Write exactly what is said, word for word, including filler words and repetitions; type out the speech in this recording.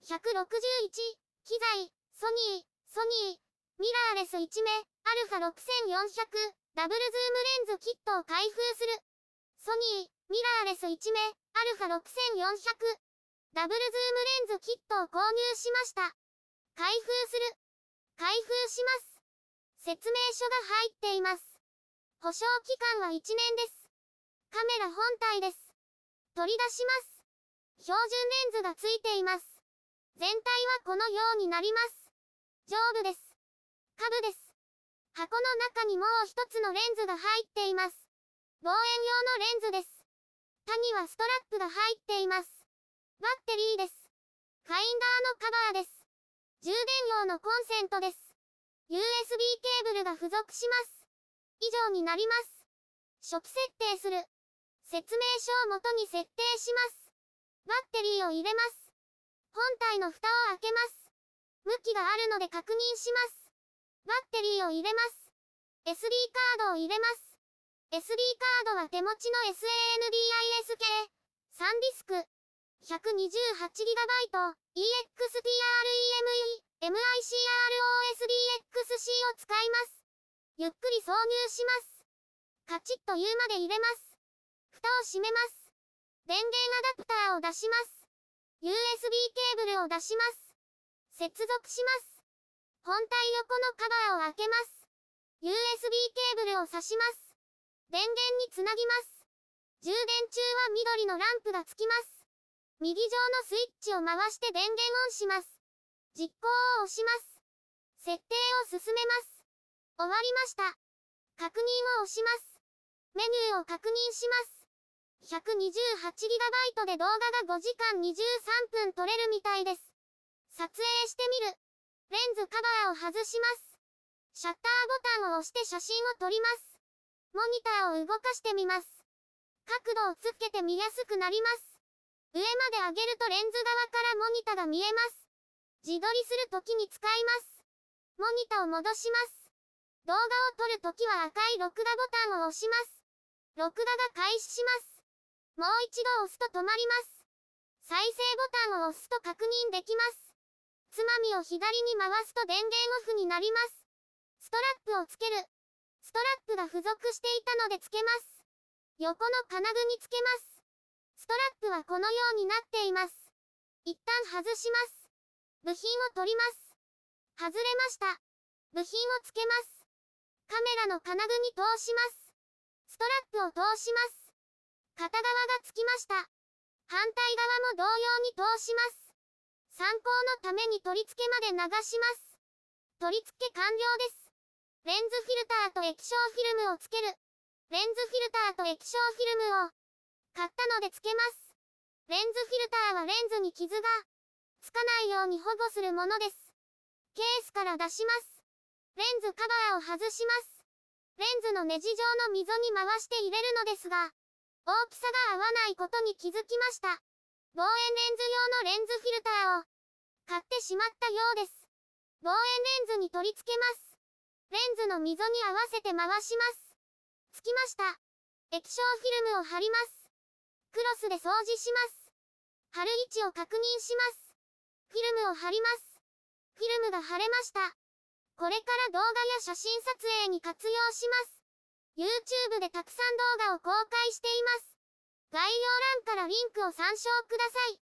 ひゃくろくじゅういち、機材、ソニー、ソニー、ミラーレスいちめ、アルファろくせんよんひゃく、ダブルズームレンズキットを開封する。ソニー、ミラーレスいちめ、アルファろくせんよんひゃく、ダブルズームレンズキットを購入しました。開封する。開封します。説明書が入っています。保証期間はいちねんです。カメラ本体です。取り出します。標準レンズがついています。全体はこのようになります。上部です。下部です。箱の中にもう一つのレンズが入っています。望遠用のレンズです。他にはストラップが入っています。バッテリーです。ファインダーのカバーです。充電用のコンセントです。ユーエスビー ケーブルが付属します。以上になります。初期設定する。説明書をもとに設定します。バッテリーを入れます。本体の蓋を開けます。向きがあるので確認します。バッテリーを入れます。エスディー カードを入れます。エスディー カードは手持ちの エスエーエヌディーアイエス 系、さんディスク、ひゃくにじゅうはちギガバイト、イーエックスティーアールイーエムイー、エムアイシーアールオーエスディーエックスシー を使います。ゆっくり挿入します。カチッと言うまで入れます。蓋を閉めます。電源アダプターを出します。ユーエスビー ケーブルを出します。接続します。本体横のカバーを開けます。ユーエスビー ケーブルを挿します。電源につなぎます。充電中は緑のランプがつきます。右上のスイッチを回して電源オンします。実行を押します。設定を進めます。終わりました。確認を押します。メニューを確認します。ひゃくにじゅうはちギガバイトで動画がごじかんにじゅうさんぷん撮れるみたいです。撮影してみる。レンズカバーを外します。シャッターボタンを押して写真を撮ります。モニターを動かしてみます。角度をつけて見やすくなります。上まで上げるとレンズ側からモニタが見えます。自撮りするときに使います。モニタを戻します。動画を撮るときは赤い録画ボタンを押します。録画が開始します。もう一度押すと止まります。再生ボタンを押すと確認できます。つまみを左に回すと電源オフになります。ストラップをつける。ストラップが付属していたのでつけます。横の金具につけます。ストラップはこのようになっています。一旦外します。部品を取ります。外れました。部品をつけます。カメラの金具に通します。ストラップを通します。片側がつきました。反対側も同様に通します。参考のために取り付けまで流します。取り付け完了です。レンズフィルターと液晶フィルムをつける。レンズフィルターと液晶フィルムを買ったのでつけます。レンズフィルターはレンズに傷がつかないように保護するものです。ケースから出します。レンズカバーを外します。レンズのネジ状の溝に回して入れるのですが、大きさが合わないことに気づきました。望遠レンズ用のレンズフィルターを買ってしまったようです。望遠レンズに取り付けます。レンズの溝に合わせて回します。つきました。液晶フィルムを貼ります。クロスで掃除します。貼る位置を確認します。フィルムを貼ります。フィルムが貼れました。これから動画や写真撮影に活用します。YouTube でたくさん動画を公開しています。概要欄からリンクを参照ください。